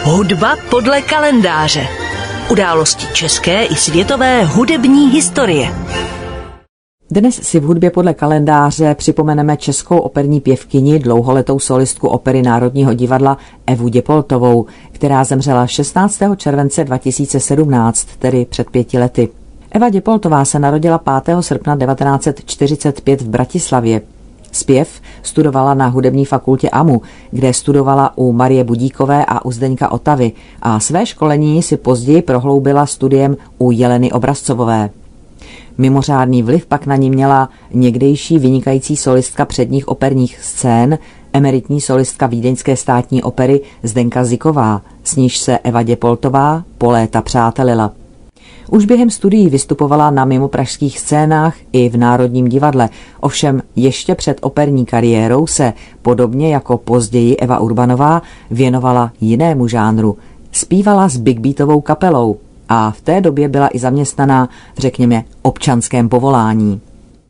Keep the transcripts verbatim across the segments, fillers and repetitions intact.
Hudba podle kalendáře. Události české i světové hudební historie. Dnes si v hudbě podle kalendáře připomeneme českou operní pěvkyni, dlouholetou solistku Opery Národního divadla Evu Děpoltovou, která zemřela šestnáctého července dva tisíce sedmnáct, tedy před pěti lety. Eva Děpoltová se narodila pátého srpna devatenáct set čtyřicet pět v Bratislavě. Zpěv studovala na hudební fakultě A M U, kde studovala u Marie Budíkové a u Zdeňka Otavy a své školení si později prohloubila studiem u Jeleny Obrazcovové. Mimořádný vliv pak na ní měla někdejší vynikající solistka předních operních scén, emeritní solistka Vídeňské státní opery Zdenka Ziková, s níž se Eva Děpoltová po léta přátelila. Už během studií vystupovala na mimopražských scénách i v Národním divadle, ovšem ještě před operní kariérou se, podobně jako později Eva Urbanová, věnovala jinému žánru. Zpívala s big beatovou kapelou a v té době byla i zaměstnaná v, řekněme, občanském povolání.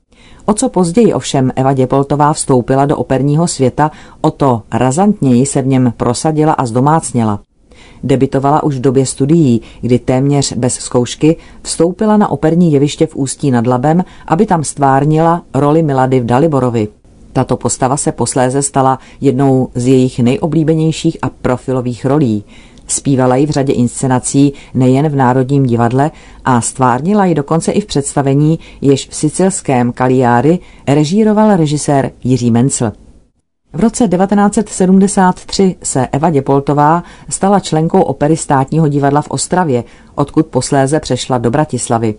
O co později ovšem Eva Děpoltová vstoupila do operního světa, o to razantněji se v něm prosadila a zdomácněla. Debitovala už v době studií, kdy téměř bez zkoušky vstoupila na operní jeviště v Ústí nad Labem, aby tam stvárnila roli Milady v Daliborovi. Tato postava se posléze stala jednou z jejich nejoblíbenějších a profilových rolí. Zpívala ji v řadě inscenací nejen v Národním divadle a stvárnila ji dokonce i v představení, jež v sicilském Cagliari režíroval režisér Jiří Mencl. V roce devatenáct set sedmdesát tři se Eva Děpoltová stala členkou Opery Státního divadla v Ostravě, odkud posléze přešla do Bratislavy.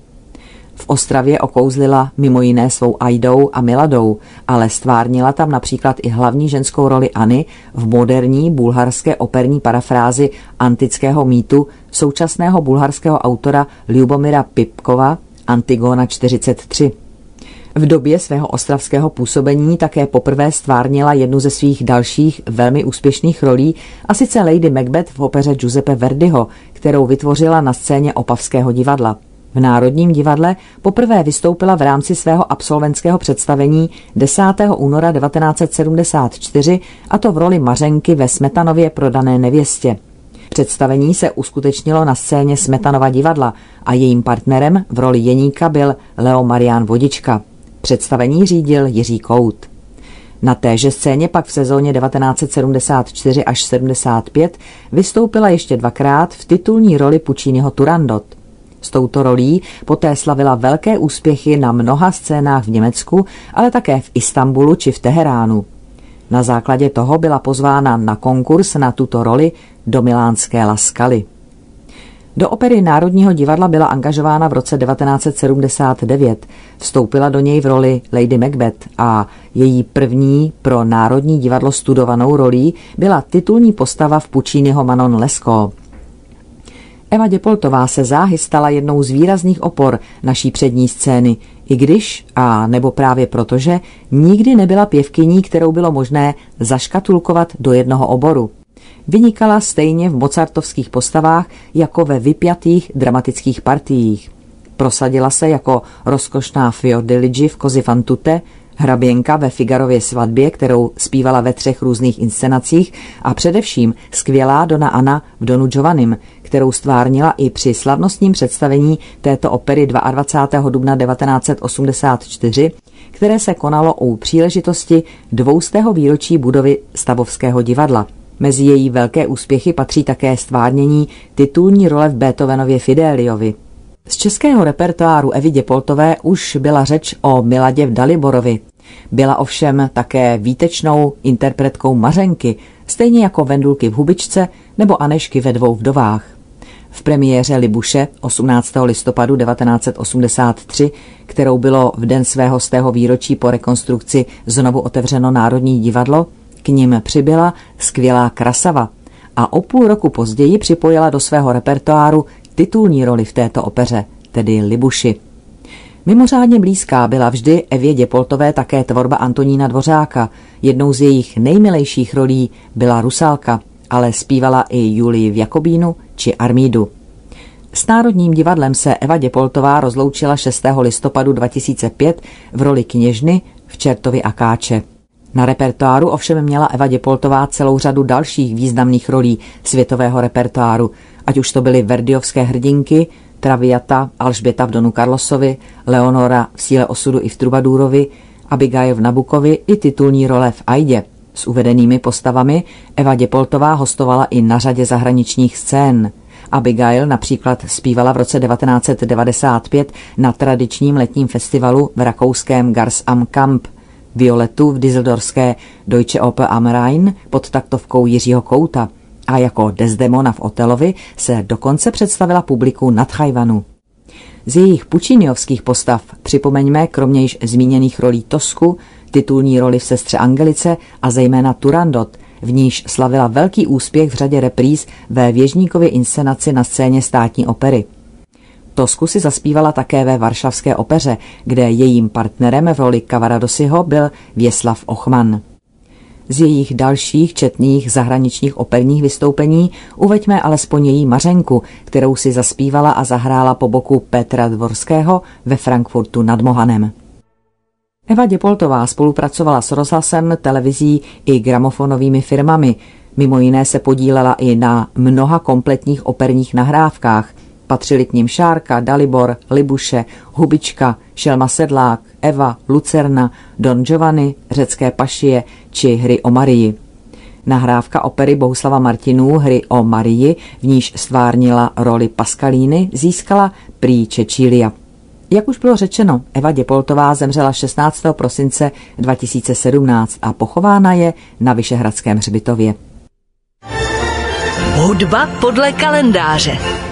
V Ostravě okouzlila mimo jiné svou Aidou a Miladou, ale stvárnila tam například i hlavní ženskou roli Anny v moderní bulharské operní parafrázi antického mýtu současného bulharského autora Ljubomira Pipkova Antigona čtyřicet tři. V době svého ostravského působení také poprvé stvárnila jednu ze svých dalších velmi úspěšných rolí, a sice Lady Macbeth v opeře Giuseppe Verdiho, kterou vytvořila na scéně Opavského divadla. V Národním divadle poprvé vystoupila v rámci svého absolventského představení desátého února devatenáct set sedmdesát čtyři, a to v roli Mařenky ve Smetanově Prodané nevěstě. Představení se uskutečnilo na scéně Smetanova divadla a jejím partnerem v roli Jeníka byl Leo Marián Vodička. Představení řídil Jiří Kout. Na téže scéně pak v sezóně devatenáct set sedmdesát čtyři až sedmdesát pět vystoupila ještě dvakrát v titulní roli Pucciniho Turandot. S touto rolí poté slavila velké úspěchy na mnoha scénách v Německu, ale také v Istanbulu či v Teheránu. Na základě toho byla pozvána na konkurs na tuto roli do milánské La Scala. Do Opery Národního divadla byla angažována v roce devatenáct set sedmdesát devět. Vstoupila do něj v roli Lady Macbeth a její první pro Národní divadlo studovanou rolí byla titulní postava v Pucciniho Manon Lescaut. Eva Děpoltová se záhy stala jednou z výrazných opor naší přední scény, i když, a nebo právě protože, nikdy nebyla pěvkyní, kterou bylo možné zaškatulkovat do jednoho oboru. Vynikala stejně v mozartovských postavách jako ve vypjatých dramatických partiích. Prosadila se jako rozkošná Fiordiligi v Così fan tutte, hraběnka ve Figarově svatbě, kterou zpívala ve třech různých inscenacích, a především skvělá Dona Anna v Donu Giovannim, kterou stvárnila i při slavnostním představení této opery dvacátého druhého dubna devatenáct set osmdesát čtyři, které se konalo u příležitosti dvoustého výročí budovy Stavovského divadla. Mezi její velké úspěchy patří také stvárnění titulní role v Beethovenově Fideliovi. Z českého repertoáru Evy Děpoltové už byla řeč o Miladě v Daliborovi. Byla ovšem také výtečnou interpretkou Mařenky, stejně jako Vendulky v Hubičce nebo Anešky ve Dvou vdovách. V premiéře Libuše osmnáctého listopadu devatenáct set osmdesát tři, kterou bylo v den svého stého výročí po rekonstrukci znovu otevřeno Národní divadlo, k nim přibyla skvělá Krasava a o půl roku později připojila do svého repertoáru titulní roli v této opeře, tedy Libuši. Mimořádně blízká byla vždy Evě Děpoltové také tvorba Antonína Dvořáka. Jednou z jejich nejmilejších rolí byla Rusálka, ale zpívala i Julii v Jakobínu či Armídu. S Národním divadlem se Eva Děpoltová rozloučila šestého listopadu dva tisíce pět v roli kněžny v Čertovi Akáče. Na repertoáru ovšem měla Eva Děpoltová celou řadu dalších významných rolí světového repertoáru, ať už to byly verdiovské hrdinky, Traviata, Alžběta v Donu Carlosovi, Leonora v Síle osudu i v Trubadúrovi, Abigail v Nabukovi i titulní role v Aidě. S uvedenými postavami Eva Děpoltová hostovala i na řadě zahraničních scén. Abigail například zpívala v roce devatenáct set devadesát pět na tradičním letním festivalu v rakouském Gars am Kamp, Violetu v dyseldorské Deutsche Oper am Rhein pod taktovkou Jiřího Kouta a jako Desdemona v Otelovi se dokonce představila publiku na Tchajvanu. Z jejich pučíniovských postav připomeňme kromě již zmíněných rolí Tosku, titulní roli v Sestře Angelice a zejména Turandot, v níž slavila velký úspěch v řadě repríz ve Věžníkově inscenaci na scéně Státní opery. Tosku si zaspívala také ve Varšavské opeře, kde jejím partnerem v roli Cavaradosiho byl Věslav Ochman. Z jejich dalších četných zahraničních operních vystoupení uveďme alespoň její Mařenku, kterou si zaspívala a zahrála po boku Petra Dvorského ve Frankfurtu nad Mohanem. Eva Děpoltová spolupracovala s rozhlasem, televizí i gramofonovými firmami. Mimo jiné se podílela i na mnoha kompletních operních nahrávkách. Patřili k nim Šárka, Dalibor, Libuše, Hubička, Šelma Sedlák, Eva, Lucerna, Don Giovanni, Řecké pašie či Hry o Marii. Nahrávka opery Bohuslava Martinů Hry o Marii, v níž stvárnila roli Paskalíny, získala prý Cecilia. Jak už bylo řečeno, Eva Děpoltová zemřela šestnáctého prosince dva tisíce sedmnáct a pochována je na Vyšehradském hřbitově. Hudba podle kalendáře.